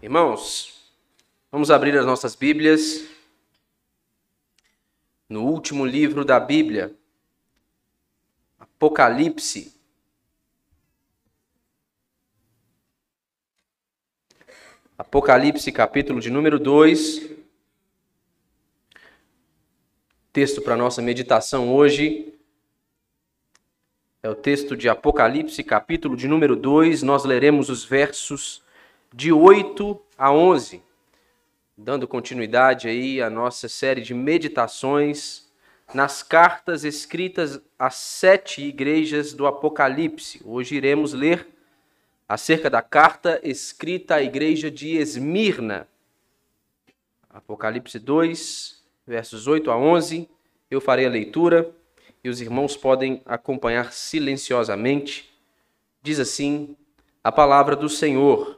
Irmãos, vamos abrir as nossas Bíblias no último livro da Bíblia, Apocalipse. Apocalipse, capítulo de número 2. Texto para nossa meditação hoje é o texto de Apocalipse, capítulo de número 2. Nós leremos os versos de 8 a 11, dando continuidade aí à nossa série de meditações nas cartas escritas às 7 igrejas do Apocalipse. Hoje iremos ler acerca da carta escrita à igreja de Esmirna. Apocalipse 2, versos 8 a 11. Eu farei a leitura e os irmãos podem acompanhar silenciosamente. Diz assim a palavra do Senhor.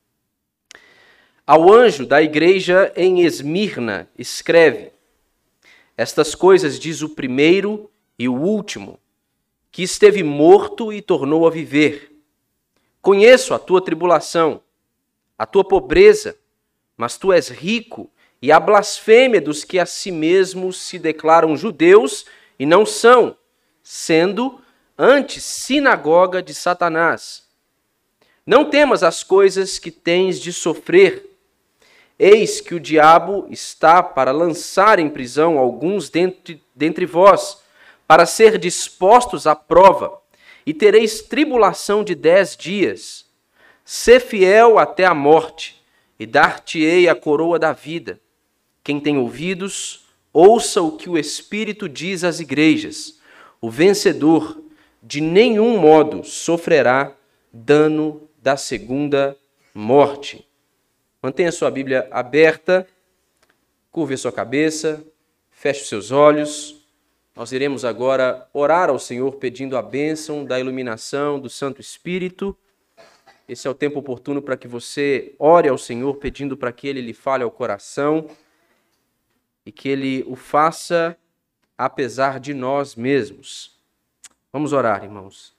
Ao anjo da igreja em Esmirna, escreve: Estas coisas diz o primeiro e o último, que esteve morto e tornou a viver. Conheço a tua tribulação, a tua pobreza, mas tu és rico, e a blasfêmia dos que a si mesmos se declaram judeus e não são, sendo antes sinagoga de Satanás. Não temas as coisas que tens de sofrer. Eis que o diabo está para lançar em prisão alguns dentre vós, para ser dispostos à prova, e tereis tribulação de 10 dias. Sê fiel até a morte, e dar-te-ei a coroa da vida. Quem tem ouvidos, ouça o que o Espírito diz às igrejas. O vencedor de nenhum modo sofrerá dano da segunda morte. Mantenha sua Bíblia aberta, curve a sua cabeça, feche os seus olhos. Nós iremos agora orar ao Senhor pedindo a bênção da iluminação do Santo Espírito. Esse é o tempo oportuno para que você ore ao Senhor pedindo para que Ele lhe fale ao coração e que Ele o faça apesar de nós mesmos. Vamos orar, irmãos.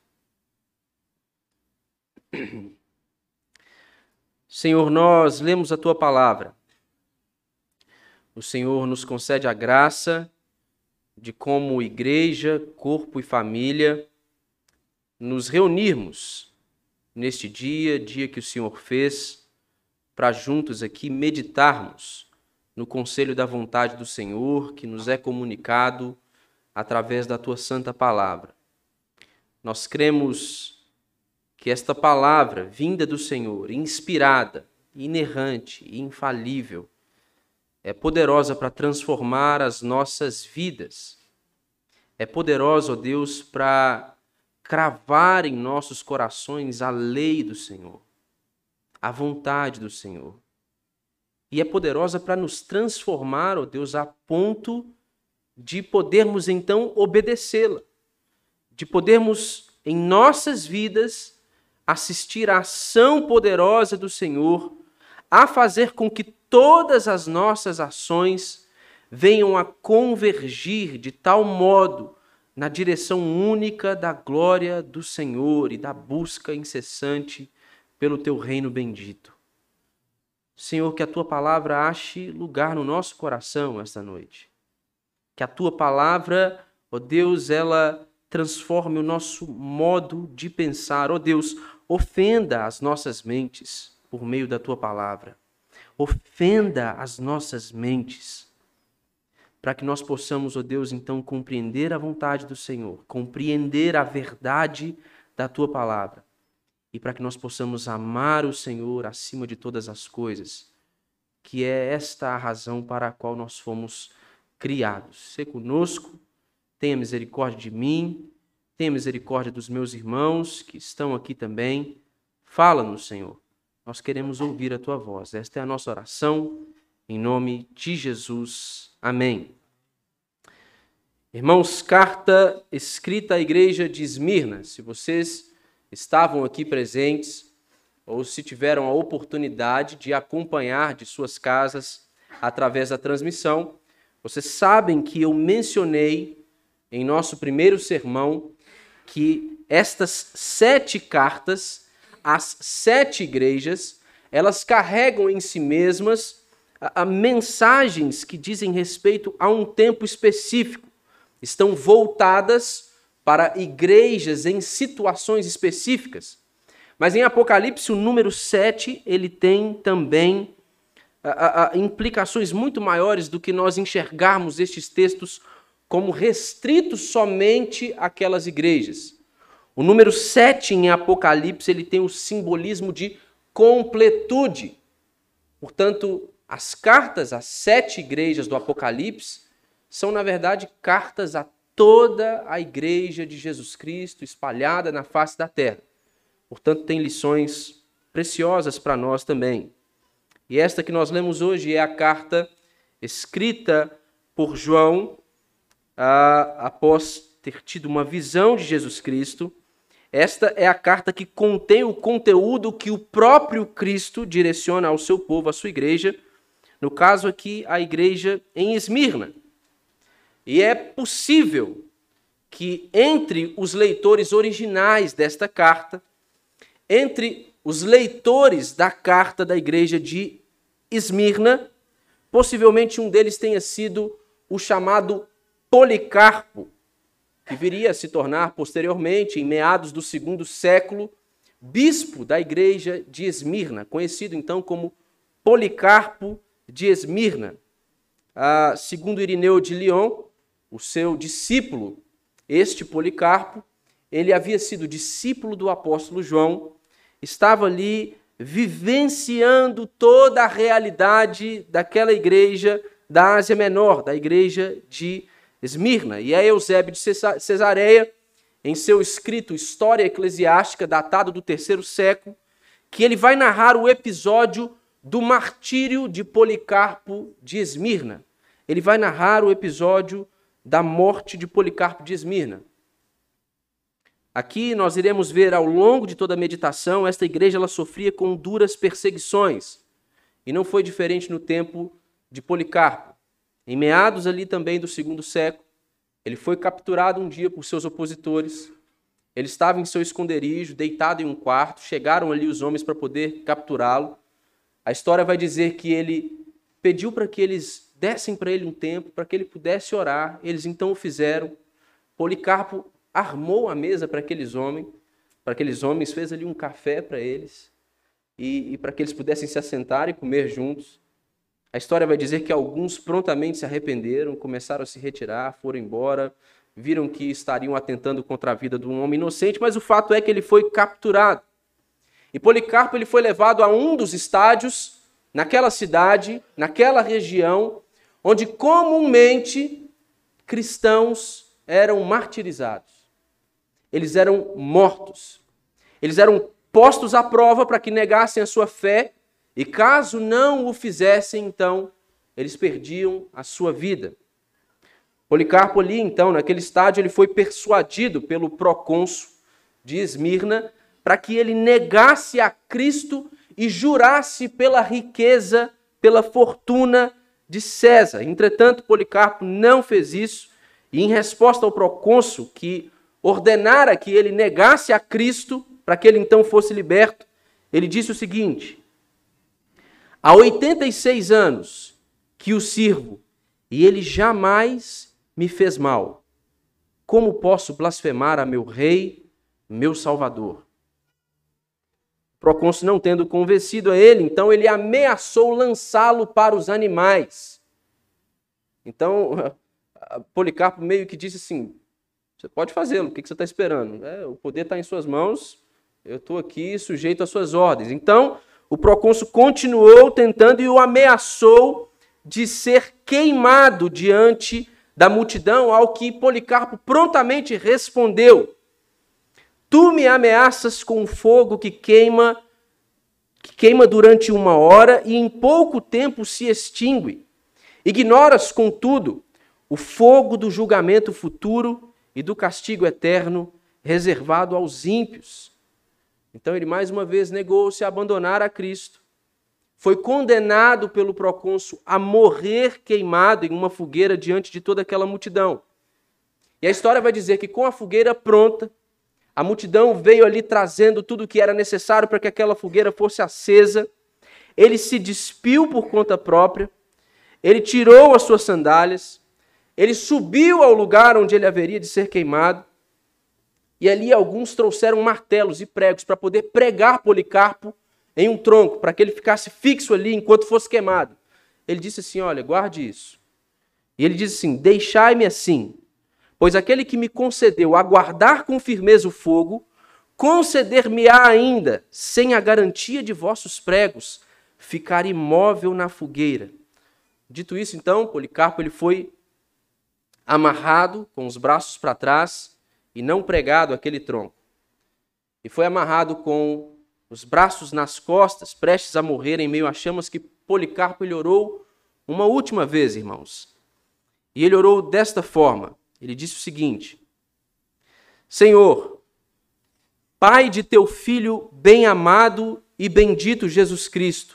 Senhor, nós lemos a Tua palavra. O Senhor nos concede a graça de, como igreja, corpo e família, nos reunirmos neste dia que o Senhor fez, para juntos aqui meditarmos no conselho da vontade do Senhor, que nos é comunicado através da Tua santa palavra. Nós cremos que esta palavra, vinda do Senhor, inspirada, inerrante e infalível, é poderosa para transformar as nossas vidas. É poderosa, ó Deus, para cravar em nossos corações a lei do Senhor, a vontade do Senhor. E é poderosa para nos transformar, ó Deus, a ponto de podermos então obedecê-la, de podermos em nossas vidas assistir à ação poderosa do Senhor, a fazer com que todas as nossas ações venham a convergir de tal modo na direção única da glória do Senhor e da busca incessante pelo Teu reino bendito. Senhor, que a Tua palavra ache lugar no nosso coração esta noite. Que a Tua palavra, ó Deus, ela transforme o nosso modo de pensar. Ó Deus, ofenda as nossas mentes por meio da Tua palavra. Ofenda as nossas mentes, para que nós possamos, ó Deus, então compreender a vontade do Senhor, compreender a verdade da Tua palavra, e para que nós possamos amar o Senhor acima de todas as coisas, que é esta a razão para a qual nós fomos criados. Sê conosco, tenha misericórdia de mim, tenha misericórdia dos meus irmãos que estão aqui também. Fala-nos, Senhor. Nós queremos ouvir a Tua voz. Esta é a nossa oração, em nome de Jesus. Amém. Irmãos, carta escrita à igreja de Esmirna. Se vocês estavam aqui presentes, ou se tiveram a oportunidade de acompanhar de suas casas através da transmissão, vocês sabem que eu mencionei em nosso primeiro sermão que estas 7 cartas às 7 igrejas elas carregam em si mesmas mensagens que dizem respeito a um tempo específico. Estão voltadas para igrejas em situações específicas. Mas em Apocalipse, o número 7, ele tem também implicações muito maiores do que nós enxergarmos estes textos como restritos somente àquelas igrejas. O número 7 em Apocalipse, ele tem o simbolismo de completude. Portanto, as cartas às 7 igrejas do Apocalipse são, na verdade, cartas a toda a igreja de Jesus Cristo espalhada na face da terra. Portanto, tem lições preciosas para nós também. E esta que nós lemos hoje é a carta escrita por João após ter tido uma visão de Jesus Cristo. Esta é a carta que contém o conteúdo que o próprio Cristo direciona ao seu povo, à sua igreja, no caso aqui, a igreja em Esmirna. E é possível que entre os leitores originais desta carta, entre os leitores da carta da igreja de Esmirna, possivelmente um deles tenha sido o chamado Policarpo, que viria a se tornar posteriormente, em meados do segundo século, bispo da igreja de Esmirna, conhecido então como Policarpo de Esmirna. Segundo Irineu de Lyon, o seu discípulo, este Policarpo, ele havia sido discípulo do apóstolo João, estava ali vivenciando toda a realidade daquela igreja da Ásia Menor, da igreja de Esmirna. E é Eusébio de Cesareia, em seu escrito História Eclesiástica, datado do 3º século, que ele vai narrar o episódio do martírio de Policarpo de Esmirna. Ele vai narrar o episódio da morte de Policarpo de Esmirna. Aqui nós iremos ver ao longo de toda a meditação, esta igreja ela sofria com duras perseguições. E não foi diferente no tempo de Policarpo. Em meados ali também do 2º século, ele foi capturado um dia por seus opositores. Ele estava em seu esconderijo, deitado em um quarto. Chegaram ali os homens para poder capturá-lo. A história vai dizer que ele pediu para que eles dessem para ele um tempo, para que ele pudesse orar. Eles então o fizeram. Policarpo armou a mesa para aqueles homens, fez ali um café para eles e para que eles pudessem se assentar e comer juntos. A história vai dizer que alguns prontamente se arrependeram, começaram a se retirar, foram embora, viram que estariam atentando contra a vida de um homem inocente, mas o fato é que ele foi capturado. E Policarpo ele foi levado a um dos estádios naquela cidade, naquela região, onde comumente cristãos eram martirizados. Eles eram mortos. Eles eram postos à prova para que negassem a sua fé e caso não o fizessem, então, eles perdiam a sua vida. Policarpo ali, então, naquele estádio, ele foi persuadido pelo procônsul de Esmirna para que ele negasse a Cristo e jurasse pela riqueza, pela fortuna de César. Entretanto, Policarpo não fez isso e, em resposta ao procônsul que ordenara que ele negasse a Cristo para que ele então fosse liberto, ele disse o seguinte: há 86 anos que o sirvo e ele jamais me fez mal. Como posso blasfemar a meu rei, meu salvador? O procônsul, não tendo convencido a ele, então ele ameaçou lançá-lo para os animais. Então, Policarpo meio que disse assim: você pode fazê-lo, o que você está esperando? O poder está em suas mãos, eu estou aqui sujeito às suas ordens. Então, o procônsul continuou tentando e o ameaçou de ser queimado diante da multidão, ao que Policarpo prontamente respondeu: tu me ameaças com fogo que queima durante 1 hora e em pouco tempo se extingue. Ignoras, contudo, o fogo do julgamento futuro e do castigo eterno reservado aos ímpios. Então ele mais uma vez negou-se a abandonar a Cristo. Foi condenado pelo procônsul a morrer queimado em uma fogueira diante de toda aquela multidão. E a história vai dizer que com a fogueira pronta, a multidão veio ali trazendo tudo o que era necessário para que aquela fogueira fosse acesa. ele se despiu por conta própria, ele tirou as suas sandálias, ele subiu ao lugar onde ele haveria de ser queimado, e ali alguns trouxeram martelos e pregos para poder pregar Policarpo em um tronco, para que ele ficasse fixo ali enquanto fosse queimado. Ele disse assim, olha, guarde isso. E ele diz assim, deixai-me assim, pois aquele que me concedeu aguardar com firmeza o fogo, conceder-me-á ainda, sem a garantia de vossos pregos, ficar imóvel na fogueira. Dito isso, então, Policarpo ele foi amarrado com os braços para trás e não pregado àquele tronco. E foi amarrado com os braços nas costas, prestes a morrer em meio a chamas, que Policarpo ele orou uma última vez, irmãos. E ele orou desta forma. Ele disse o seguinte: Senhor, Pai de teu Filho bem-amado e bendito Jesus Cristo,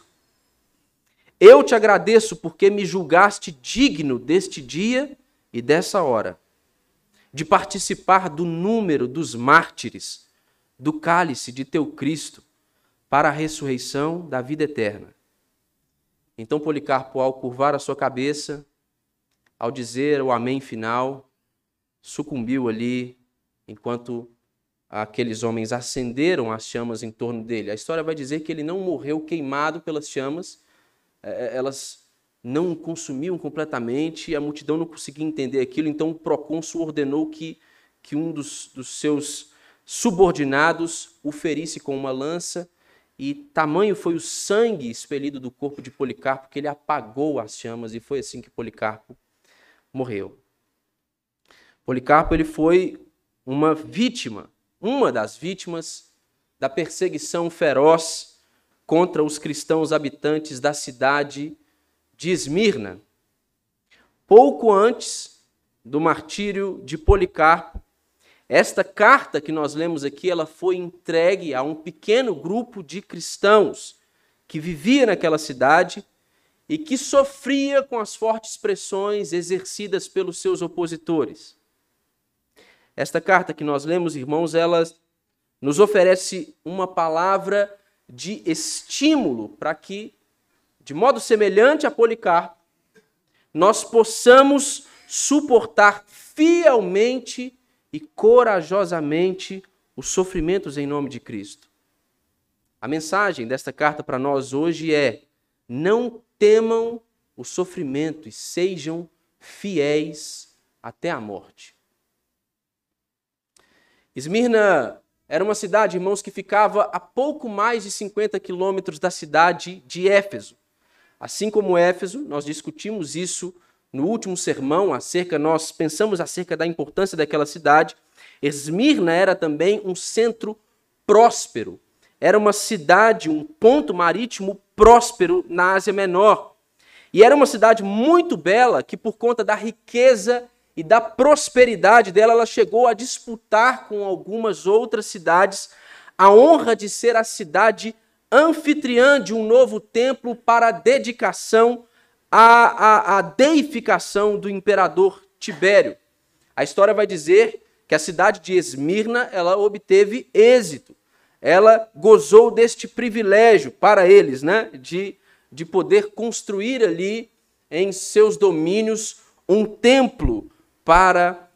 eu te agradeço porque me julgaste digno deste dia e dessa hora, de participar do número dos mártires, do cálice de teu Cristo, para a ressurreição da vida eterna. Então Policarpo, ao curvar a sua cabeça, ao dizer o amém final, sucumbiu ali, enquanto aqueles homens acenderam as chamas em torno dele. A história vai dizer que ele não morreu queimado pelas chamas, elas não o consumiam completamente, e a multidão não conseguia entender aquilo, então o procônsul ordenou que um dos seus subordinados o ferisse com uma lança, e tamanho foi o sangue expelido do corpo de Policarpo que ele apagou as chamas, e foi assim que Policarpo morreu. Policarpo ele foi uma das vítimas da perseguição feroz contra os cristãos habitantes da cidade de Esmirna. Pouco antes do martírio de Policarpo, esta carta que nós lemos aqui, ela foi entregue a um pequeno grupo de cristãos que vivia naquela cidade e que sofria com as fortes pressões exercidas pelos seus opositores. Esta carta que nós lemos, irmãos, ela nos oferece uma palavra de estímulo para que, de modo semelhante a Policarpo, nós possamos suportar fielmente e corajosamente os sofrimentos em nome de Cristo. A mensagem desta carta para nós hoje é: não temam o sofrimento e sejam fiéis até a morte. Esmirna era uma cidade, irmãos, que ficava a pouco mais de 50 quilômetros da cidade de Éfeso. Assim como Éfeso, nós discutimos isso no último sermão, nós pensamos acerca da importância daquela cidade. Esmirna era também um centro próspero. Era uma cidade, um ponto marítimo próspero na Ásia Menor. E era uma cidade muito bela que, por conta da riqueza e da prosperidade dela, ela chegou a disputar com algumas outras cidades a honra de ser a cidade anfitriã de um novo templo para a dedicação à deificação do imperador Tibério. A história vai dizer que a cidade de Esmirna, ela obteve êxito. Ela gozou deste privilégio para eles, né, de poder construir ali em seus domínios um templo para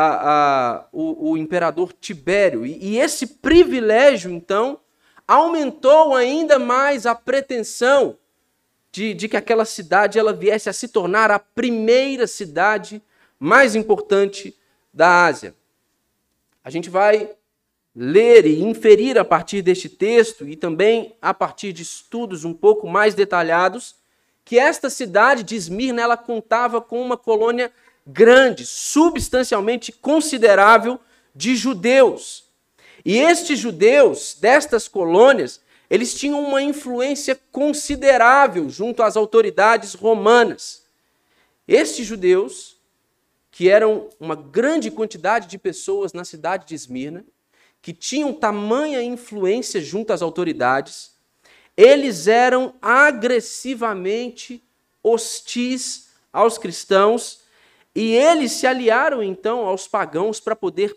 o imperador Tibério. E esse privilégio, então, aumentou ainda mais a pretensão de que aquela cidade ela viesse a se tornar a primeira cidade mais importante da Ásia. A gente vai ler e inferir a partir deste texto e também a partir de estudos um pouco mais detalhados que esta cidade de Esmirna ela contava com uma colônia grande, substancialmente considerável de judeus. E estes judeus destas colônias, eles tinham uma influência considerável junto às autoridades romanas. Estes judeus, que eram uma grande quantidade de pessoas na cidade de Esmirna, que tinham tamanha influência junto às autoridades, eles eram agressivamente hostis aos cristãos e eles se aliaram então aos pagãos para poder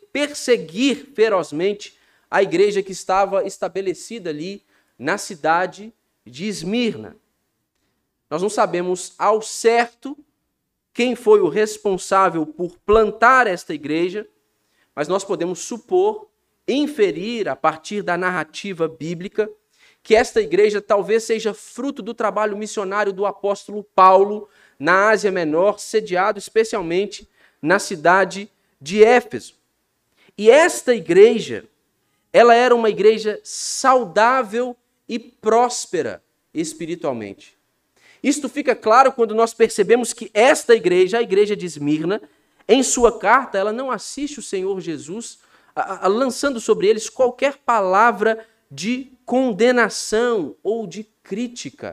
perseguir ferozmente a igreja que estava estabelecida ali na cidade de Esmirna. Nós não sabemos ao certo quem foi o responsável por plantar esta igreja, mas nós podemos supor, inferir, a partir da narrativa bíblica, que esta igreja talvez seja fruto do trabalho missionário do apóstolo Paulo na Ásia Menor, sediado especialmente na cidade de Éfeso. E esta igreja, ela era uma igreja saudável e próspera espiritualmente. Isto fica claro quando nós percebemos que esta igreja, a igreja de Esmirna, em sua carta, ela não assiste o Senhor Jesus lançando sobre eles qualquer palavra de condenação ou de crítica.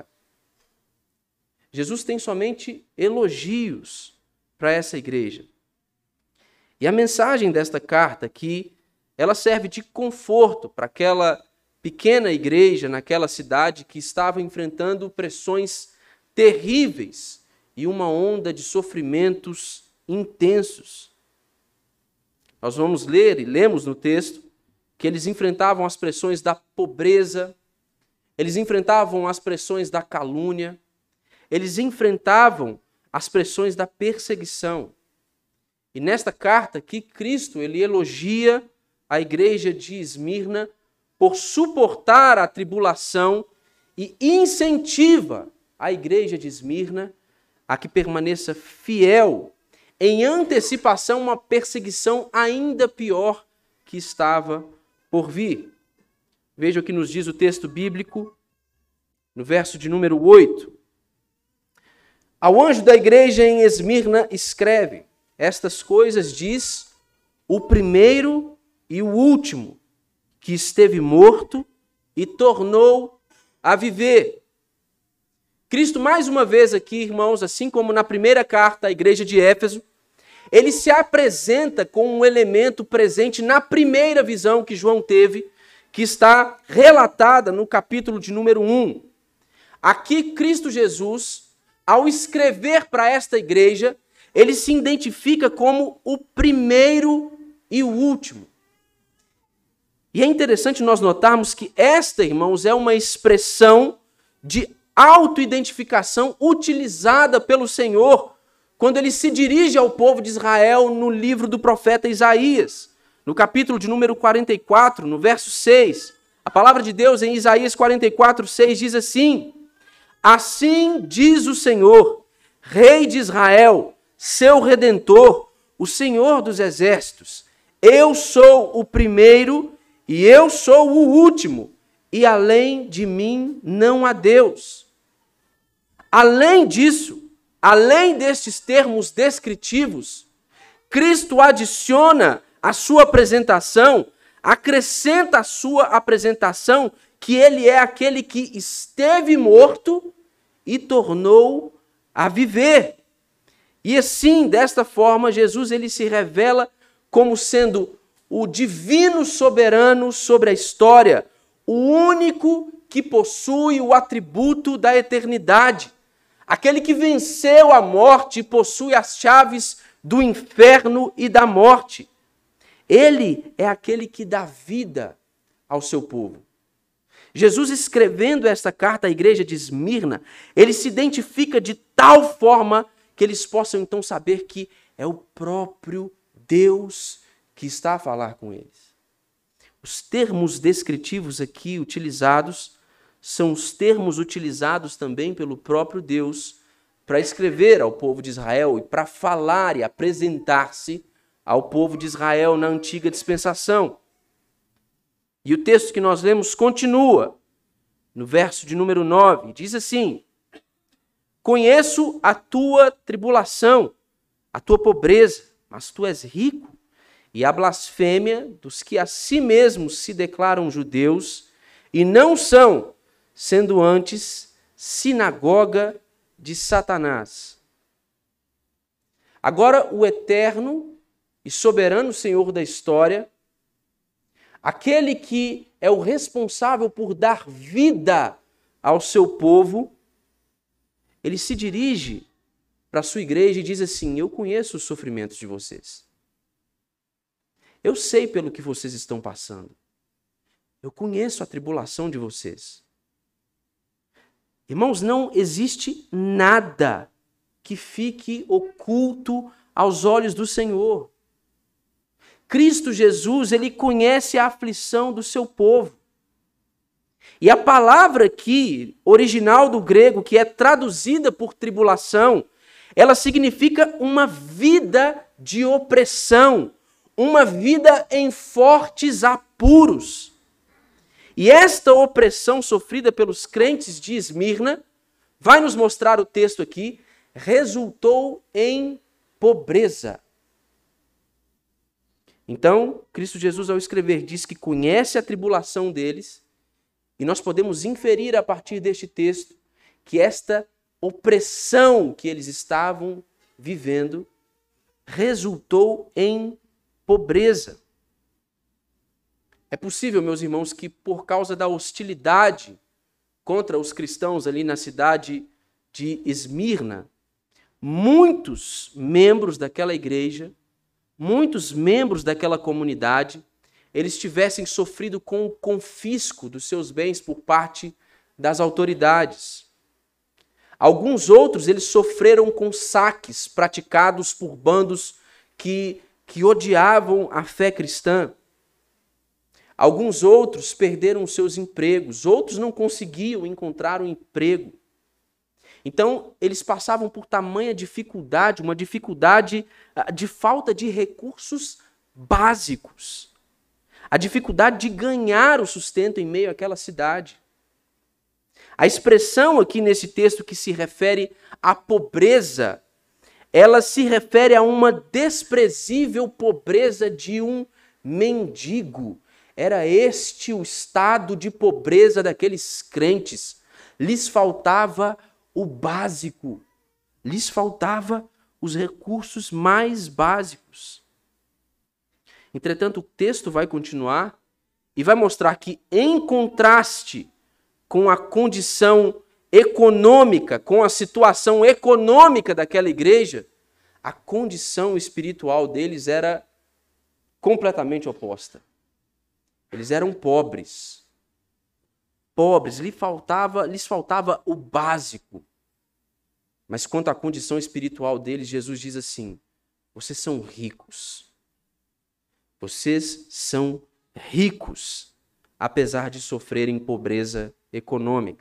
Jesus tem somente elogios para essa igreja. E a mensagem desta carta aqui, ela serve de conforto para aquela pequena igreja naquela cidade que estava enfrentando pressões terríveis e uma onda de sofrimentos intensos. Nós vamos ler e lemos no texto que eles enfrentavam as pressões da pobreza, eles enfrentavam as pressões da calúnia, eles enfrentavam as pressões da perseguição. E nesta carta aqui, Cristo ele elogia a igreja de Esmirna por suportar a tribulação e incentiva a igreja de Esmirna a que permaneça fiel em antecipação a uma perseguição ainda pior que estava por vir. Veja o que nos diz o texto bíblico, no verso de número 8. Ao anjo da igreja em Esmirna escreve: estas coisas diz o primeiro e o último, que esteve morto e tornou a viver. Cristo, mais uma vez aqui, irmãos, assim como na primeira carta à igreja de Éfeso, ele se apresenta com um elemento presente na primeira visão que João teve, que está relatada no capítulo de número 1. Aqui, Cristo Jesus, ao escrever para esta igreja, ele se identifica como o primeiro e o último. E é interessante nós notarmos que esta, irmãos, é uma expressão de autoidentificação utilizada pelo Senhor quando ele se dirige ao povo de Israel no livro do profeta Isaías, no capítulo de número 44, no verso 6. A palavra de Deus em Isaías 44, 6 diz assim: assim diz o Senhor, Rei de Israel, seu Redentor, o Senhor dos Exércitos, eu sou o primeiro e eu sou o último, e além de mim não há Deus. Além disso, além destes termos descritivos, Cristo adiciona a sua apresentação, acrescenta a sua apresentação que ele é aquele que esteve morto e tornou a viver. E assim, desta forma, Jesus ele se revela como sendo o divino soberano sobre a história, o único que possui o atributo da eternidade, aquele que venceu a morte e possui as chaves do inferno e da morte. Ele é aquele que dá vida ao seu povo. Jesus, escrevendo esta carta à igreja de Esmirna, ele se identifica de tal forma que eles possam então saber que é o próprio Deus que está a falar com eles. Os termos descritivos aqui utilizados são os termos utilizados também pelo próprio Deus para escrever ao povo de Israel e para falar e apresentar-se ao povo de Israel na antiga dispensação. E o texto que nós lemos continua, no verso de número 9, diz assim: conheço a tua tribulação, a tua pobreza, mas tu és rico, e a blasfêmia dos que a si mesmos se declaram judeus e não são, sendo antes sinagoga de Satanás. Agora o eterno e soberano Senhor da história, aquele que é o responsável por dar vida ao seu povo, ele se dirige para a sua igreja e diz assim: eu conheço os sofrimentos de vocês. Eu sei pelo que vocês estão passando. Eu conheço a tribulação de vocês. Irmãos, não existe nada que fique oculto aos olhos do Senhor. Cristo Jesus, ele conhece a aflição do seu povo. E a palavra aqui, original do grego, que é traduzida por tribulação, ela significa uma vida de opressão, uma vida em fortes apuros. E esta opressão sofrida pelos crentes de Esmirna, vai nos mostrar o texto aqui, resultou em pobreza. Então, Cristo Jesus, ao escrever, diz que conhece a tribulação deles, e nós podemos inferir a partir deste texto que esta opressão que eles estavam vivendo resultou em pobreza. É possível, meus irmãos, que por causa da hostilidade contra os cristãos ali na cidade de Esmirna, muitos membros daquela igreja, muitos membros daquela comunidade, eles tivessem sofrido com o confisco dos seus bens por parte das autoridades. Alguns outros, eles sofreram com saques praticados por bandos que odiavam a fé cristã. Alguns outros perderam seus empregos, outros não conseguiam encontrar um emprego. Então, eles passavam por tamanha dificuldade, uma dificuldade de falta de recursos básicos. A dificuldade de ganhar o sustento em meio àquela cidade. A expressão aqui nesse texto que se refere à pobreza, ela se refere a uma desprezível pobreza de um mendigo. Era este o estado de pobreza daqueles crentes. Lhes faltava o básico. Lhes faltava os recursos mais básicos. Entretanto, o texto vai continuar e vai mostrar que, em contraste com a condição econômica, com a situação econômica daquela igreja, a condição espiritual deles era completamente oposta. Eles eram pobres. Pobres, lhes faltava o básico. Mas quanto à condição espiritual deles, Jesus diz assim: vocês são ricos. Vocês são ricos, apesar de sofrerem pobreza econômica.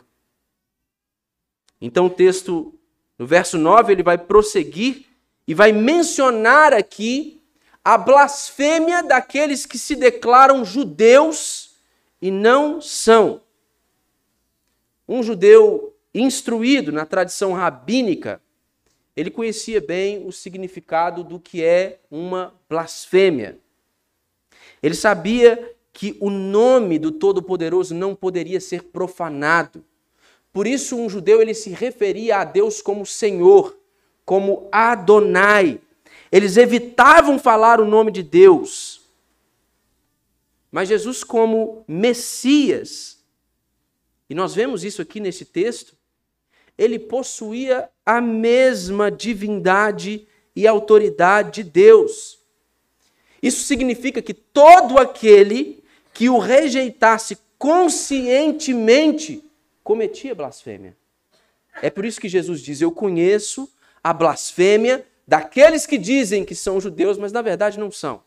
Então o texto, no verso 9, ele vai prosseguir e vai mencionar aqui a blasfêmia daqueles que se declaram judeus e não são. Um judeu instruído na tradição rabínica, ele conhecia bem o significado do que é uma blasfêmia. Ele sabia que o nome do Todo-Poderoso não poderia ser profanado. Por isso, um judeu ele se referia a Deus como Senhor, como Adonai. Eles evitavam falar o nome de Deus. Mas Jesus, como Messias, e nós vemos isso aqui nesse texto, ele possuía a mesma divindade e autoridade de Deus. Isso significa que todo aquele que o rejeitasse conscientemente cometia blasfêmia. É por isso que Jesus diz: eu conheço a blasfêmia daqueles que dizem que são judeus, mas na verdade não são.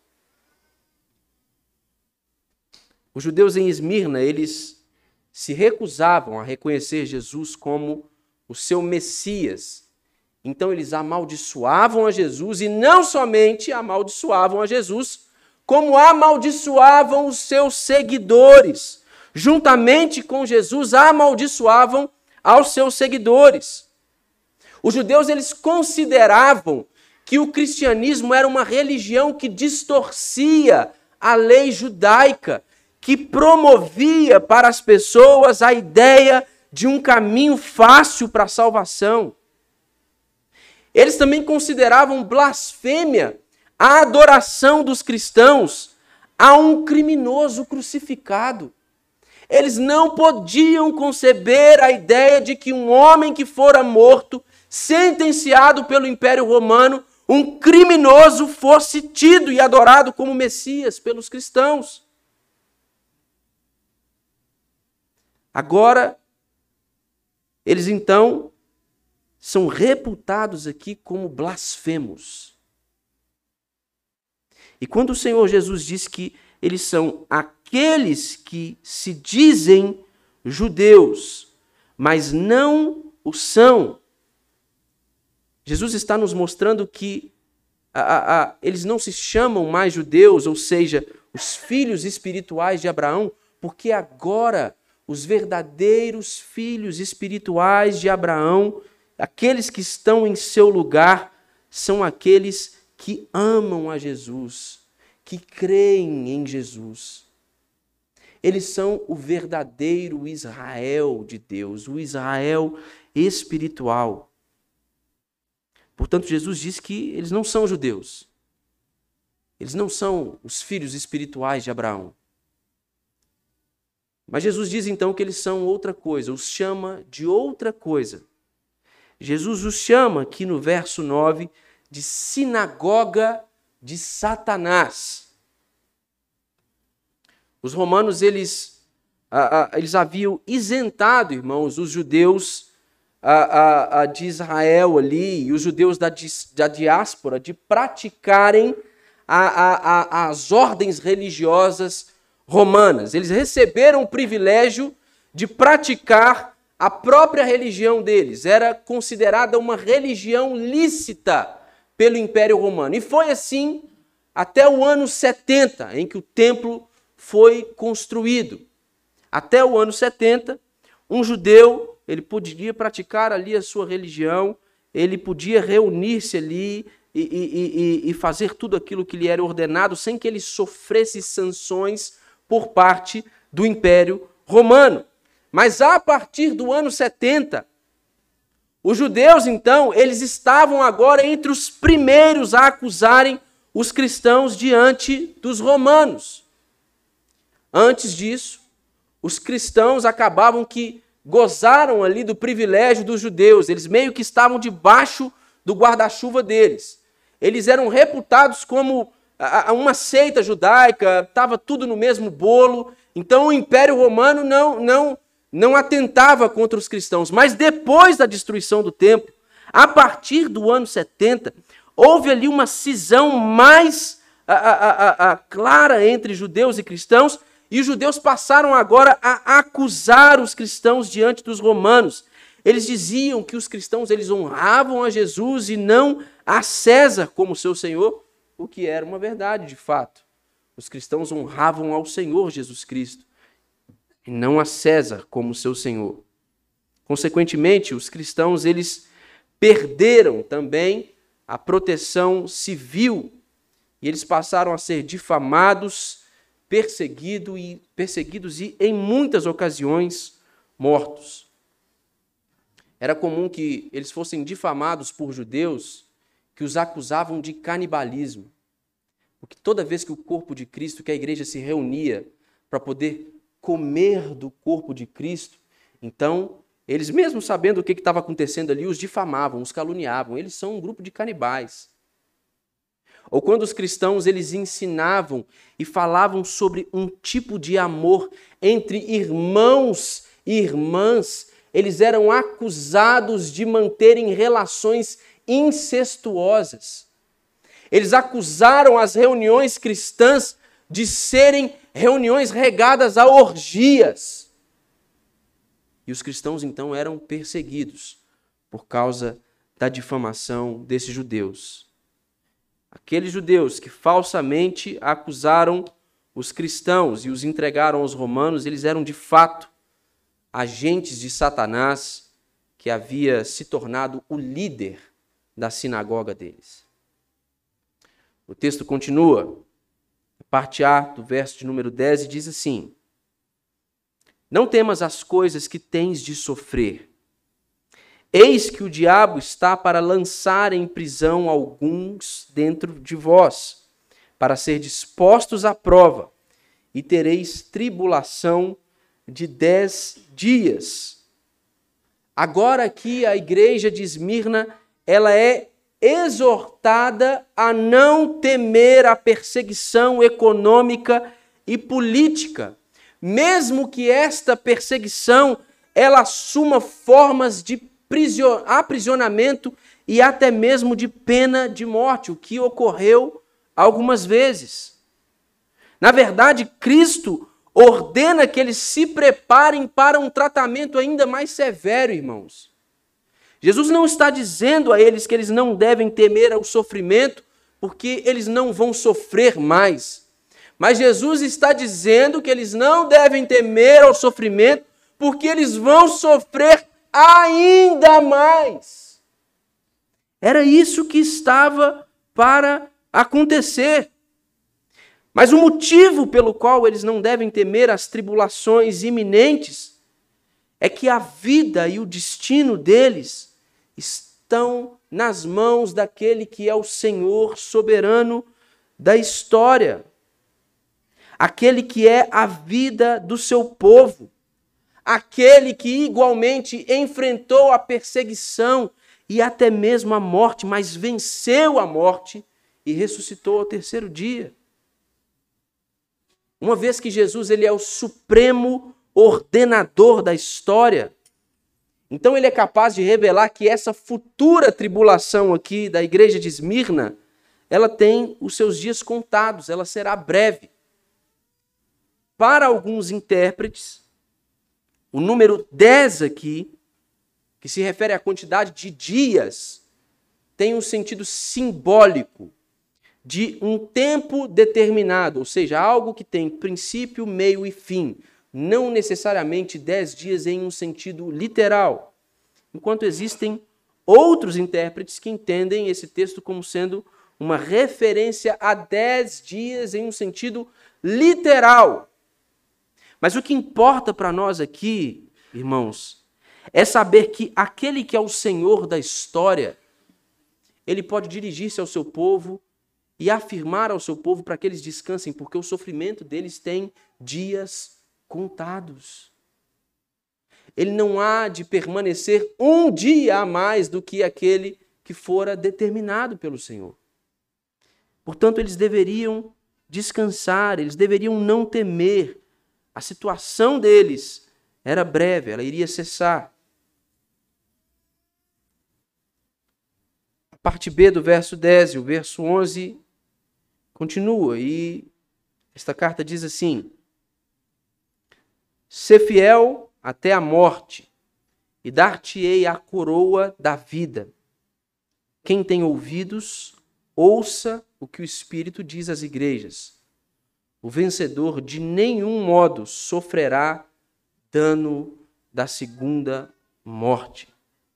Os judeus em Esmirna, eles se recusavam a reconhecer Jesus como o seu Messias. Então eles amaldiçoavam a Jesus, e não somente amaldiçoavam a Jesus, como amaldiçoavam os seus seguidores. Juntamente com Jesus, amaldiçoavam aos seus seguidores. Os judeus, eles consideravam que o cristianismo era uma religião que distorcia a lei judaica, que promovia para as pessoas a ideia de um caminho fácil para a salvação. Eles também consideravam blasfêmia a adoração dos cristãos a um criminoso crucificado. Eles não podiam conceber a ideia de que um homem que fora morto, sentenciado pelo Império Romano, um criminoso, fosse tido e adorado como Messias pelos cristãos. Agora, Eles então são reputados aqui como blasfemos. E quando o Senhor Jesus diz que eles são aqueles que se dizem judeus, mas não o são, Jesus está nos mostrando que eles não se chamam mais judeus, ou seja, os filhos espirituais de Abraão, porque agora os verdadeiros filhos espirituais de Abraão, aqueles que estão em seu lugar, são aqueles que amam a Jesus, que creem em Jesus. Eles são o verdadeiro Israel de Deus, o Israel espiritual. Portanto, Jesus diz que eles não são judeus. Eles não são os filhos espirituais de Abraão. Mas Jesus diz então que eles são outra coisa, os chama de outra coisa. Jesus os chama aqui no verso 9 de sinagoga de Satanás. Os romanos, eles haviam isentado, irmãos, os judeus de Israel ali, e os judeus da diáspora, de praticarem as ordens religiosas romanas. Eles receberam o privilégio de praticar a própria religião deles. Era considerada uma religião lícita pelo Império Romano. E foi assim até o ano 70, em que o templo foi construído. Até o ano 70, um judeu, ele podia praticar ali a sua religião, ele podia reunir-se ali e fazer tudo aquilo que lhe era ordenado sem que ele sofresse sanções por parte do Império Romano. Mas a partir do ano 70, os judeus, então, eles estavam agora entre os primeiros a acusarem os cristãos diante dos romanos. Antes disso, os cristãos acabavam que gozaram ali do privilégio dos judeus. Eles meio que estavam debaixo do guarda-chuva deles. Eles eram reputados como uma seita judaica, estava tudo no mesmo bolo. Então o Império Romano não atentava contra os cristãos. Mas depois da destruição do templo, a partir do ano 70, houve ali uma cisão mais clara entre judeus e cristãos, e os judeus passaram agora a acusar os cristãos diante dos romanos. Eles diziam que os cristãos eles honravam a Jesus e não a César como seu Senhor, o que era uma verdade de fato. Os cristãos honravam ao Senhor Jesus Cristo e não a César como seu Senhor. Consequentemente, os cristãos eles perderam também a proteção civil e eles passaram a ser difamados, perseguidos e, em muitas ocasiões, mortos. Era comum que eles fossem difamados por judeus que os acusavam de canibalismo. Porque toda vez que o corpo de Cristo, que a igreja se reunia para poder comer do corpo de Cristo, então, eles mesmo sabendo o que estava acontecendo ali, os difamavam, os caluniavam. Eles são um grupo de canibais. Ou quando os cristãos eles ensinavam e falavam sobre um tipo de amor entre irmãos e irmãs, eles eram acusados de manterem relações incestuosas. Eles acusaram as reuniões cristãs de serem reuniões regadas a orgias. E os cristãos então eram perseguidos por causa da difamação desses judeus. Aqueles judeus que falsamente acusaram os cristãos e os entregaram aos romanos, eles eram de fato agentes de Satanás que havia se tornado o líder da sinagoga deles. O texto continua, parte A do verso de número 10, e diz assim: Não temas as coisas que tens de sofrer. Eis que o diabo está para lançar em prisão alguns dentro de vós, para ser dispostos à prova, e tereis tribulação de 10 dias. Agora aqui a igreja de Esmirna, ela é exortada a não temer a perseguição econômica e política, mesmo que esta perseguição ela assuma formas de aprisionamento e até mesmo de pena de morte, o que ocorreu algumas vezes. Na verdade, Cristo ordena que eles se preparem para um tratamento ainda mais severo, irmãos. Jesus não está dizendo a eles que eles não devem temer ao sofrimento, porque eles não vão sofrer mais. Mas Jesus está dizendo que eles não devem temer ao sofrimento, porque eles vão sofrer ainda mais. Era isso que estava para acontecer. Mas o motivo pelo qual eles não devem temer as tribulações iminentes é que a vida e o destino deles estão nas mãos daquele que é o Senhor soberano da história. Aquele que é a vida do seu povo. Aquele que igualmente enfrentou a perseguição e até mesmo a morte, mas venceu a morte e ressuscitou ao terceiro dia. Uma vez que Jesus ele é o supremo ordenador da história, então ele é capaz de revelar que essa futura tribulação aqui da igreja de Esmirna, ela tem os seus dias contados, ela será breve. Para alguns intérpretes, o número 10 aqui, que se refere à quantidade de dias, tem um sentido simbólico de um tempo determinado, ou seja, algo que tem princípio, meio e fim, não necessariamente 10 dias em um sentido literal. Enquanto existem outros intérpretes que entendem esse texto como sendo uma referência a 10 dias em um sentido literal. Mas o que importa para nós aqui, irmãos, é saber que aquele que é o Senhor da história, ele pode dirigir-se ao seu povo e afirmar ao seu povo para que eles descansem, porque o sofrimento deles tem dias contados. Ele não há de permanecer um dia a mais do que aquele que fora determinado pelo Senhor. Portanto, eles deveriam descansar, eles deveriam não temer. A situação deles era breve, ela iria cessar. A parte B do verso 10 e o verso 11 continua, e esta carta diz assim: Sê fiel até a morte, e dar-te-ei a coroa da vida. Quem tem ouvidos, ouça o que o Espírito diz às igrejas. O vencedor de nenhum modo sofrerá dano da segunda morte.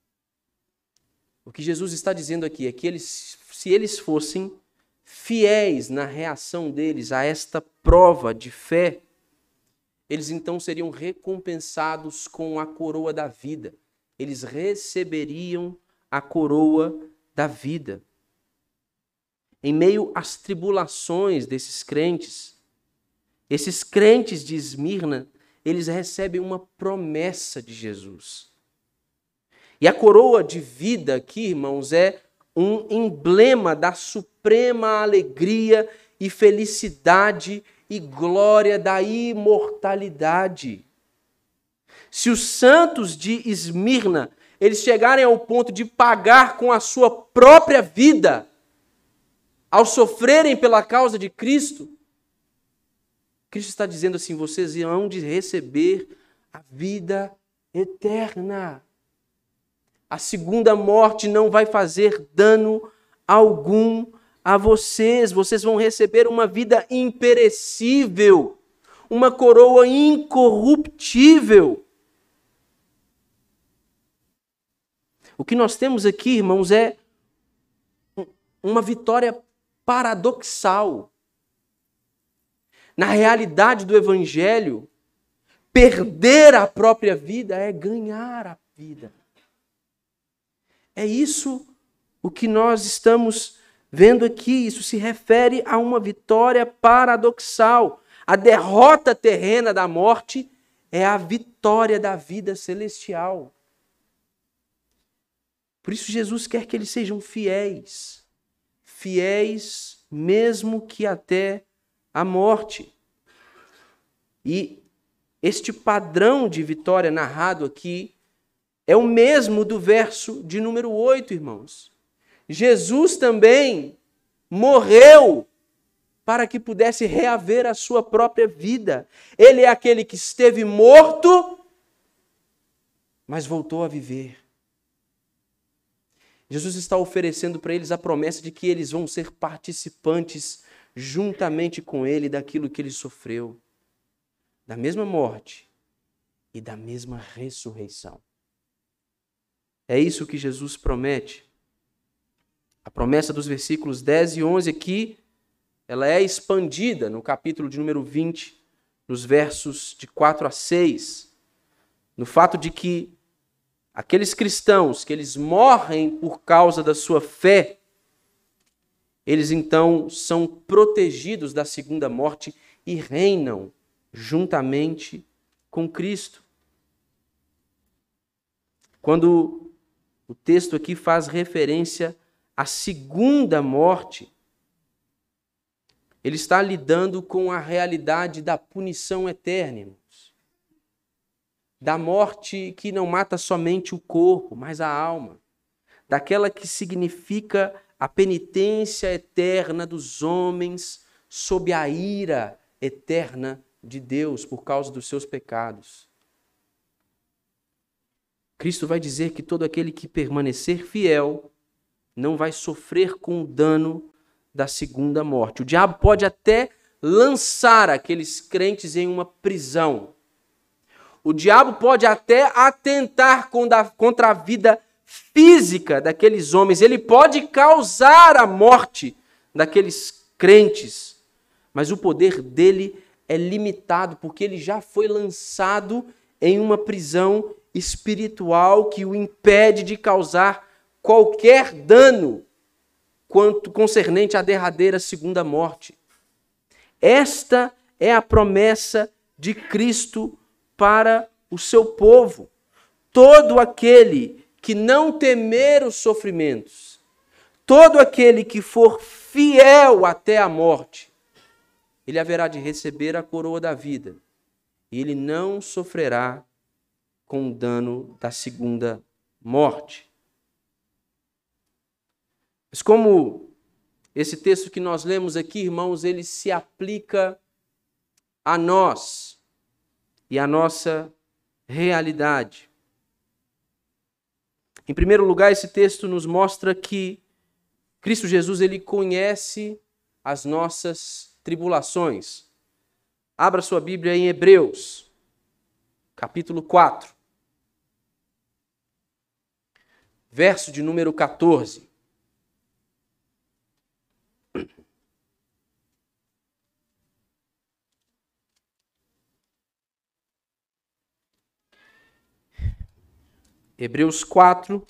O que Jesus está dizendo aqui é que se eles fossem fiéis na reação deles a esta prova de fé, eles então seriam recompensados com a coroa da vida. Eles receberiam a coroa da vida. Em meio às tribulações desses crentes, esses crentes de Esmirna, eles recebem uma promessa de Jesus. E a coroa de vida aqui, irmãos, é um emblema da suprema alegria e felicidade e glória da imortalidade. Se os santos de Esmirna, eles chegarem ao ponto de pagar com a sua própria vida, ao sofrerem pela causa de Cristo, Cristo está dizendo assim: vocês irão de receber a vida eterna. A segunda morte não vai fazer dano algum a vocês. Vocês vão receber uma vida imperecível, uma coroa incorruptível. O que nós temos aqui, irmãos, é uma vitória paradoxal. Na realidade do Evangelho, perder a própria vida é ganhar a vida. É isso o que nós estamos vendo aqui. Isso se refere a uma vitória paradoxal. A derrota terrena da morte é a vitória da vida celestial. Por isso Jesus quer que eles sejam fiéis. Fiéis mesmo que até a morte. E este padrão de vitória narrado aqui é o mesmo do verso de número 8, irmãos. Jesus também morreu para que pudesse reaver a sua própria vida. Ele é aquele que esteve morto, mas voltou a viver. Jesus está oferecendo para eles a promessa de que eles vão ser participantes juntamente com ele daquilo que ele sofreu, da mesma morte e da mesma ressurreição. É isso que Jesus promete. A promessa dos versículos 10 e 11 aqui, ela é expandida no capítulo de número 20, nos versos de 4 a 6, no fato de que aqueles cristãos que eles morrem por causa da sua fé, eles então são protegidos da segunda morte e reinam juntamente com Cristo. Quando o texto aqui faz referência à segunda morte, ele está lidando com a realidade da punição eterna, irmãos. Da morte que não mata somente o corpo, mas a alma. Daquela que significa a penitência eterna dos homens sob a ira eterna de Deus por causa dos seus pecados. Cristo vai dizer que todo aquele que permanecer fiel não vai sofrer com o dano da segunda morte. O diabo pode até lançar aqueles crentes em uma prisão. O diabo pode até atentar contra a vida física daqueles homens. Ele pode causar a morte daqueles crentes. Mas o poder dele é limitado, porque ele já foi lançado em uma prisão espiritual que o impede de causar qualquer dano quanto concernente à derradeira segunda morte. Esta é a promessa de Cristo para o seu povo. Todo aquele que não temer os sofrimentos, todo aquele que for fiel até a morte, ele haverá de receber a coroa da vida e ele não sofrerá com o dano da segunda morte. Mas como esse texto que nós lemos aqui, irmãos, ele se aplica a nós e à nossa realidade. Em primeiro lugar, esse texto nos mostra que Cristo Jesus, ele conhece as nossas tribulações. Abra sua Bíblia em Hebreus, capítulo 4, verso de número 14. Hebreus 4,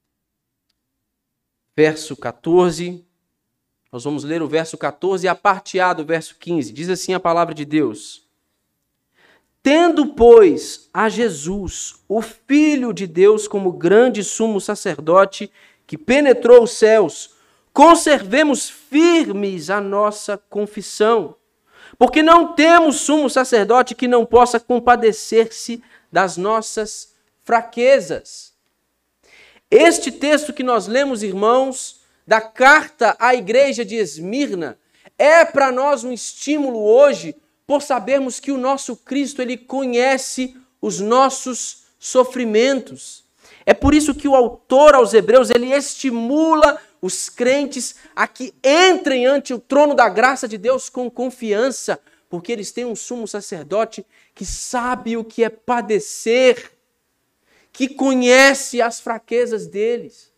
verso 14. Nós vamos ler o verso 14 e a parte A do verso 15. Diz assim a palavra de Deus: Tendo, pois, a Jesus, o Filho de Deus, como grande sumo sacerdote que penetrou os céus, conservemos firmes a nossa confissão, porque não temos sumo sacerdote que não possa compadecer-se das nossas fraquezas. Este texto que nós lemos, irmãos, da carta à igreja de Esmirna, é para nós um estímulo hoje, por sabermos que o nosso Cristo, ele conhece os nossos sofrimentos. É por isso que o autor aos Hebreus, ele estimula os crentes a que entrem ante o trono da graça de Deus com confiança, porque eles têm um sumo sacerdote que sabe o que é padecer, que conhece as fraquezas deles.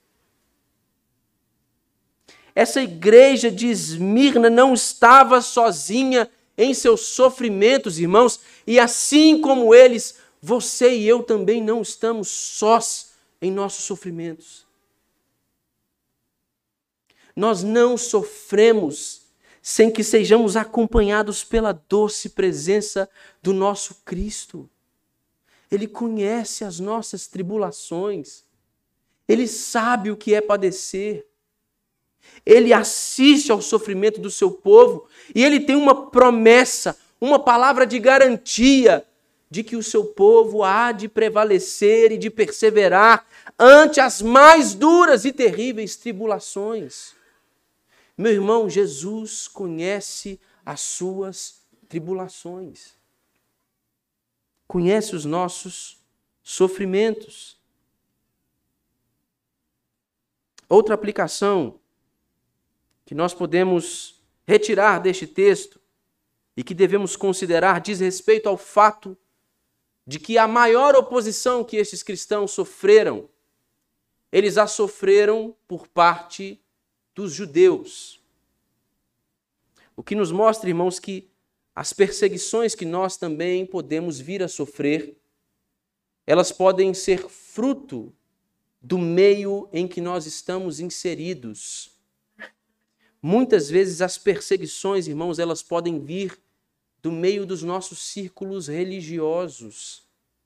Essa igreja de Esmirna não estava sozinha em seus sofrimentos, irmãos, e assim como eles, você e eu também não estamos sós em nossos sofrimentos. Nós não sofremos sem que sejamos acompanhados pela doce presença do nosso Cristo. Ele conhece as nossas tribulações. Ele sabe o que é padecer. Ele assiste ao sofrimento do seu povo e ele tem uma promessa, uma palavra de garantia de que o seu povo há de prevalecer e de perseverar ante as mais duras e terríveis tribulações. Meu irmão, Jesus conhece as suas tribulações. Conhece os nossos sofrimentos. Outra aplicação que nós podemos retirar deste texto e que devemos considerar diz respeito ao fato de que a maior oposição que estes cristãos sofreram, eles a sofreram por parte dos judeus. O que nos mostra, irmãos, que as perseguições que nós também podemos vir a sofrer, elas podem ser fruto do meio em que nós estamos inseridos. Muitas vezes as perseguições, irmãos, elas podem vir do meio dos nossos círculos religiosos.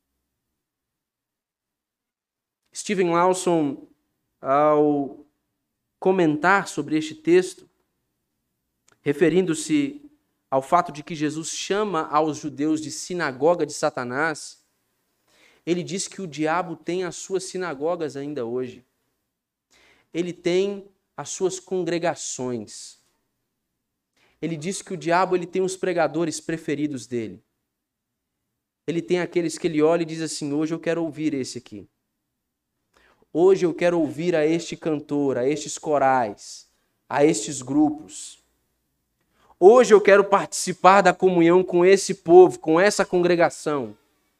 Steven Lawson, ao comentar sobre este texto, referindo-se ao fato de que Jesus chama aos judeus de sinagoga de Satanás, ele diz que o diabo tem as suas sinagogas ainda hoje. Ele tem as suas congregações. Ele diz que o diabo ele tem os pregadores preferidos dele. Ele tem aqueles que ele olha e diz assim: hoje eu quero ouvir esse aqui. Hoje eu quero ouvir a este cantor, a estes corais, a estes grupos. Hoje eu quero participar da comunhão com esse povo, com essa congregação.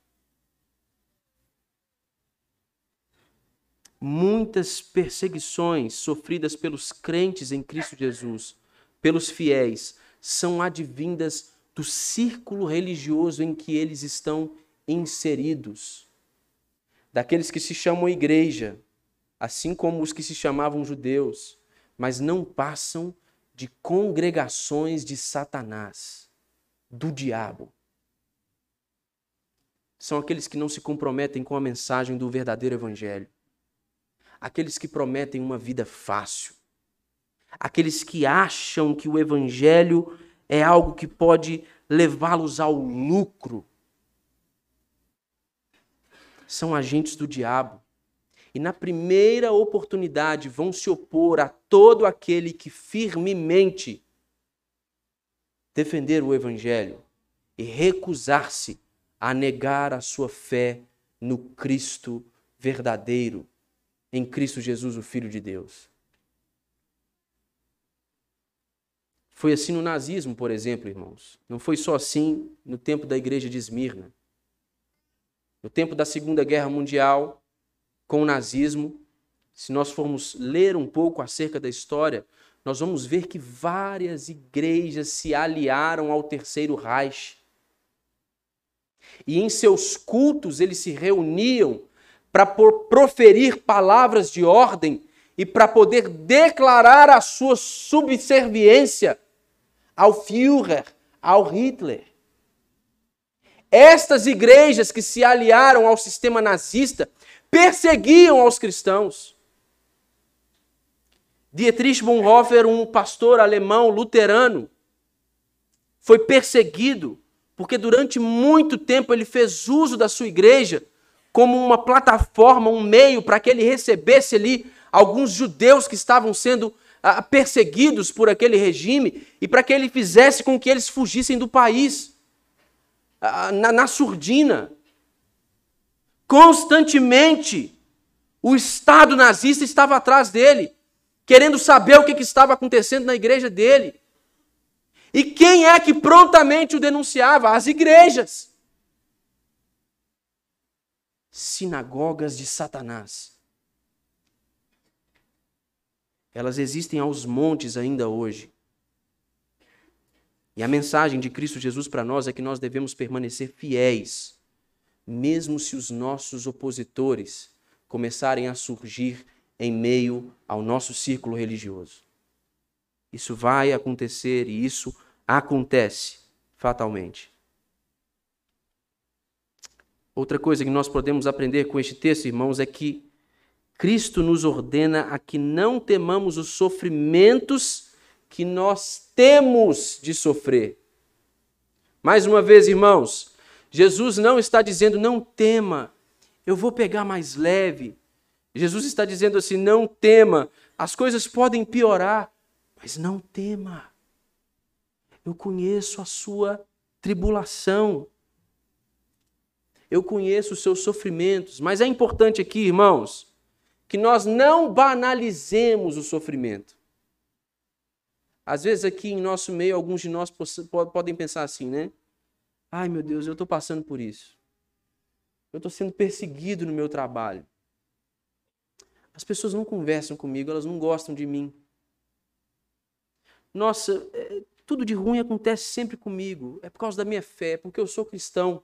Muitas perseguições sofridas pelos crentes em Cristo Jesus, pelos fiéis, são advindas do círculo religioso em que eles estão inseridos. Daqueles que se chamam igreja, assim como os que se chamavam judeus, mas não passam de congregações de Satanás, do diabo. São aqueles que não se comprometem com a mensagem do verdadeiro evangelho. Aqueles que prometem uma vida fácil. Aqueles que acham que o evangelho é algo que pode levá-los ao lucro. São agentes do diabo. E na primeira oportunidade vão se opor a todo aquele que firmemente defender o evangelho e recusar-se a negar a sua fé no Cristo verdadeiro, em Cristo Jesus, o Filho de Deus. Foi assim no nazismo, por exemplo, irmãos. Não foi só assim no tempo da igreja de Esmirna. No tempo da Segunda Guerra Mundial, com o nazismo, se nós formos ler um pouco acerca da história, nós vamos ver que várias igrejas se aliaram ao Terceiro Reich. E em seus cultos eles se reuniam para proferir palavras de ordem e para poder declarar a sua subserviência ao Führer, ao Hitler. Estas igrejas que se aliaram ao sistema nazista perseguiam aos cristãos. Dietrich Bonhoeffer, um pastor alemão luterano, foi perseguido porque durante muito tempo ele fez uso da sua igreja como uma plataforma, um meio para que ele recebesse ali alguns judeus que estavam sendo perseguidos por aquele regime e para que ele fizesse com que eles fugissem do país, na surdina. Constantemente, o Estado nazista estava atrás dele, querendo saber o que estava acontecendo na igreja dele. E quem é que prontamente o denunciava? As igrejas. Sinagogas de Satanás. Elas existem aos montes ainda hoje. E a mensagem de Cristo Jesus para nós é que nós devemos permanecer fiéis, mesmo se os nossos opositores começarem a surgir em meio ao nosso círculo religioso. Isso vai acontecer e isso acontece fatalmente. Outra coisa que nós podemos aprender com este texto, irmãos, é que Cristo nos ordena a que não temamos os sofrimentos que nós temos de sofrer. Mais uma vez, irmãos, Jesus não está dizendo, não tema, eu vou pegar mais leve. Jesus está dizendo assim, não tema, as coisas podem piorar, mas não tema. Eu conheço a sua tribulação. Eu conheço os seus sofrimentos. Mas é importante aqui, irmãos, que nós não banalizemos o sofrimento. Às vezes aqui em nosso meio, alguns de nós podem pensar assim, né? Ai, meu Deus, eu estou passando por isso. Eu estou sendo perseguido no meu trabalho. As pessoas não conversam comigo, elas não gostam de mim. Nossa, tudo de ruim acontece sempre comigo. É por causa da minha fé, porque eu sou cristão.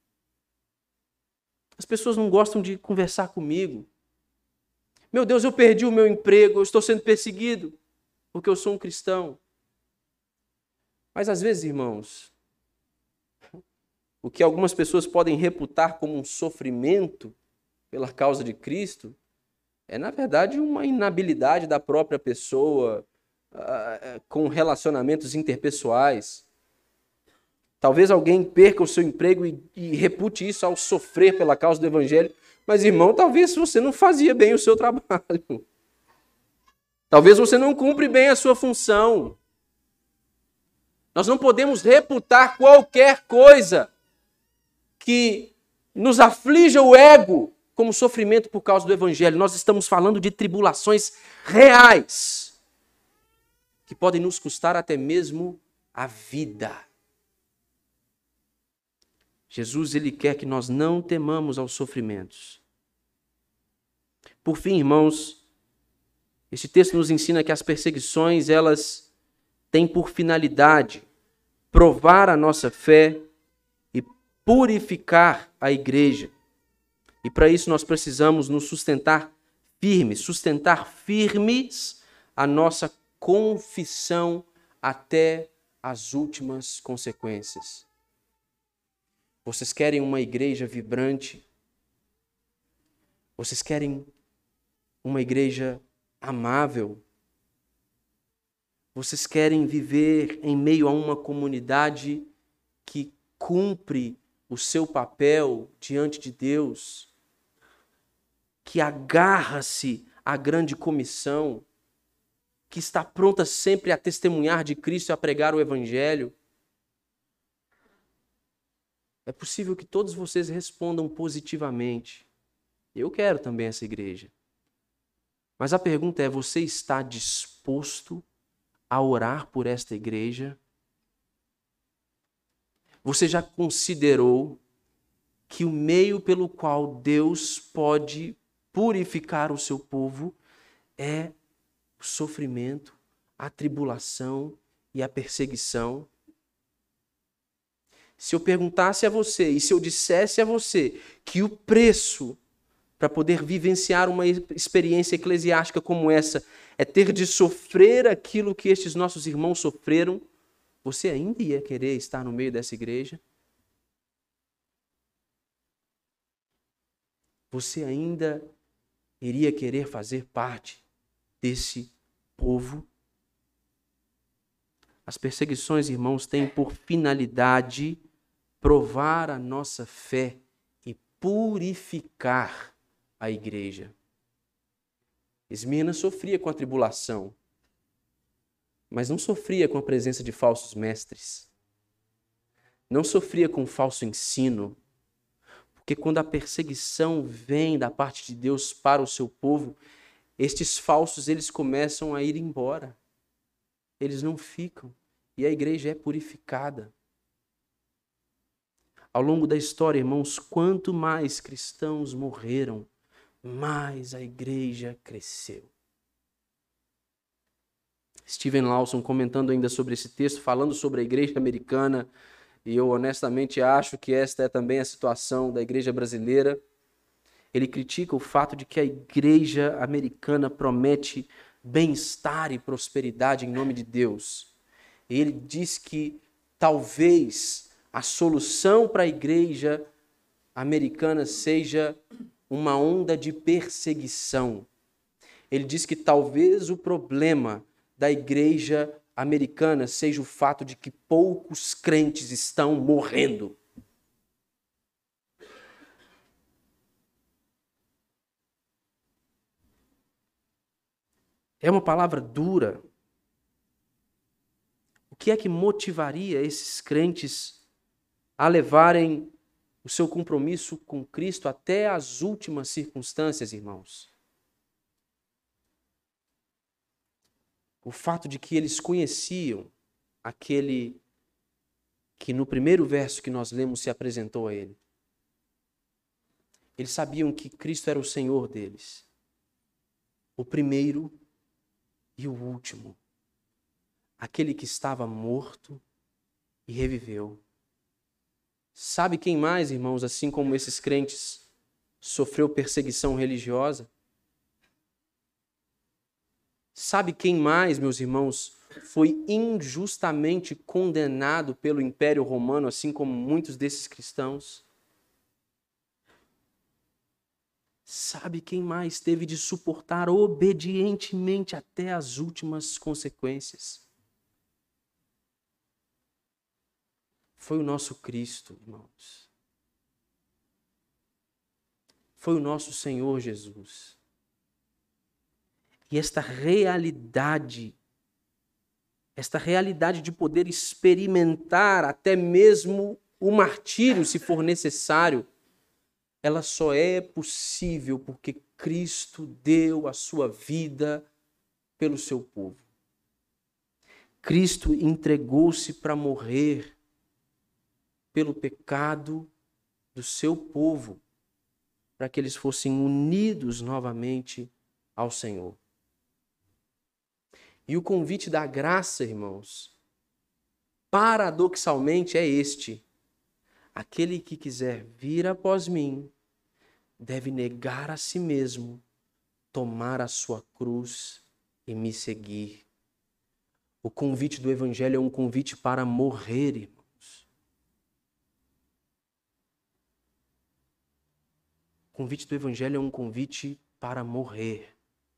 As pessoas não gostam de conversar comigo. Meu Deus, eu perdi o meu emprego, eu estou sendo perseguido, porque eu sou um cristão. Mas às vezes, irmãos, o que algumas pessoas podem reputar como um sofrimento pela causa de Cristo é, na verdade, uma inabilidade da própria pessoa com relacionamentos interpessoais. Talvez alguém perca o seu emprego e repute isso ao sofrer pela causa do Evangelho. Mas, irmão, talvez você não fazia bem o seu trabalho. Talvez você não cumpre bem a sua função. Nós não podemos reputar qualquer coisa que nos aflija o ego como sofrimento por causa do Evangelho. Nós estamos falando de tribulações reais que podem nos custar até mesmo a vida. Jesus, ele quer que nós não temamos aos sofrimentos. Por fim, irmãos, este texto nos ensina que as perseguições, elas têm por finalidade provar a nossa fé e purificar a igreja. E para isso nós precisamos nos sustentar firmes a nossa confissão até as últimas consequências. Vocês querem uma igreja vibrante? Vocês querem uma igreja amável? Vocês querem viver em meio a uma comunidade que cumpre o seu papel diante de Deus, que agarra-se à grande comissão, que está pronta sempre a testemunhar de Cristo e a pregar o Evangelho? É possível que todos vocês respondam positivamente. Eu quero também essa igreja. Mas a pergunta é, você está disposto a orar por esta igreja? Você já considerou que o meio pelo qual Deus pode purificar o seu povo é o sofrimento, a tribulação e a perseguição? Se eu perguntasse a você, e se eu dissesse a você que o preço para poder vivenciar uma experiência eclesiástica como essa é ter de sofrer aquilo que estes nossos irmãos sofreram, você ainda ia querer estar no meio dessa igreja? Você ainda iria querer fazer parte desse povo? As perseguições, irmãos, têm por finalidade provar a nossa fé e purificar a igreja. Esmirna sofria com a tribulação, mas não sofria com a presença de falsos mestres. Não sofria com falso ensino, porque quando a perseguição vem da parte de Deus para o seu povo, estes falsos, eles começam a ir embora. Eles não ficam, e a igreja é purificada. Ao longo da história, irmãos, quanto mais cristãos morreram, mais a igreja cresceu. Steven Lawson, comentando ainda sobre esse texto, falando sobre a igreja americana, e eu honestamente acho que esta é também a situação da igreja brasileira, ele critica o fato de que a igreja americana promete bem-estar e prosperidade em nome de Deus. Ele diz que talvez a solução para a igreja americana seja uma onda de perseguição. Ele diz que talvez o problema da igreja americana seja o fato de que poucos crentes estão morrendo. É uma palavra dura. O que é que motivaria esses crentes a levarem o seu compromisso com Cristo até as últimas circunstâncias, irmãos? O fato de que eles conheciam aquele que no primeiro verso que nós lemos se apresentou a ele. Eles sabiam que Cristo era o Senhor deles, o primeiro e o último, aquele que estava morto e reviveu. Sabe quem mais, irmãos, assim como esses crentes, sofreu perseguição religiosa? Sabe quem mais, meus irmãos, foi injustamente condenado pelo Império Romano, assim como muitos desses cristãos? Sabe quem mais teve de suportar obedientemente até as últimas consequências? Foi o nosso Cristo, irmãos. Foi o nosso Senhor Jesus. E esta realidade de poder experimentar até mesmo o martírio, se for necessário, ela só é possível porque Cristo deu a sua vida pelo seu povo. Cristo entregou-se para morrer pelo pecado do seu povo, para que eles fossem unidos novamente ao Senhor. E o convite da graça, irmãos, paradoxalmente é este: aquele que quiser vir após mim deve negar a si mesmo, tomar a sua cruz e me seguir. O convite do Evangelho é um convite para morrer, irmãos. O convite do Evangelho é um convite para morrer.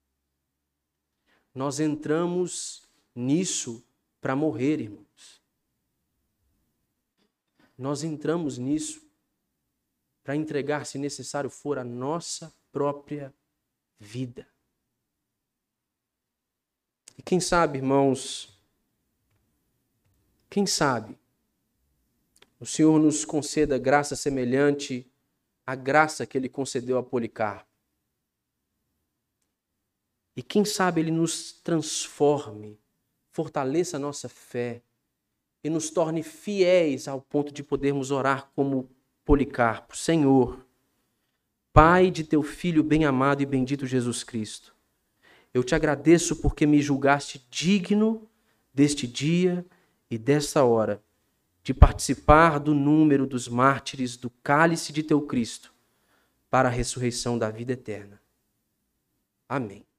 Nós entramos nisso para morrer, irmãos. Nós entramos nisso para entregar, se necessário for, a nossa própria vida. E quem sabe, irmãos, quem sabe o Senhor nos conceda graça semelhante à graça que Ele concedeu a Policarpo. E quem sabe Ele nos transforme, fortaleça a nossa fé e nos torne fiéis ao ponto de podermos orar como Policarpo. Senhor, Pai de teu Filho bem-amado e bendito Jesus Cristo, eu te agradeço porque me julgaste digno deste dia e desta hora de participar do número dos mártires do cálice de teu Cristo para a ressurreição da vida eterna. Amém.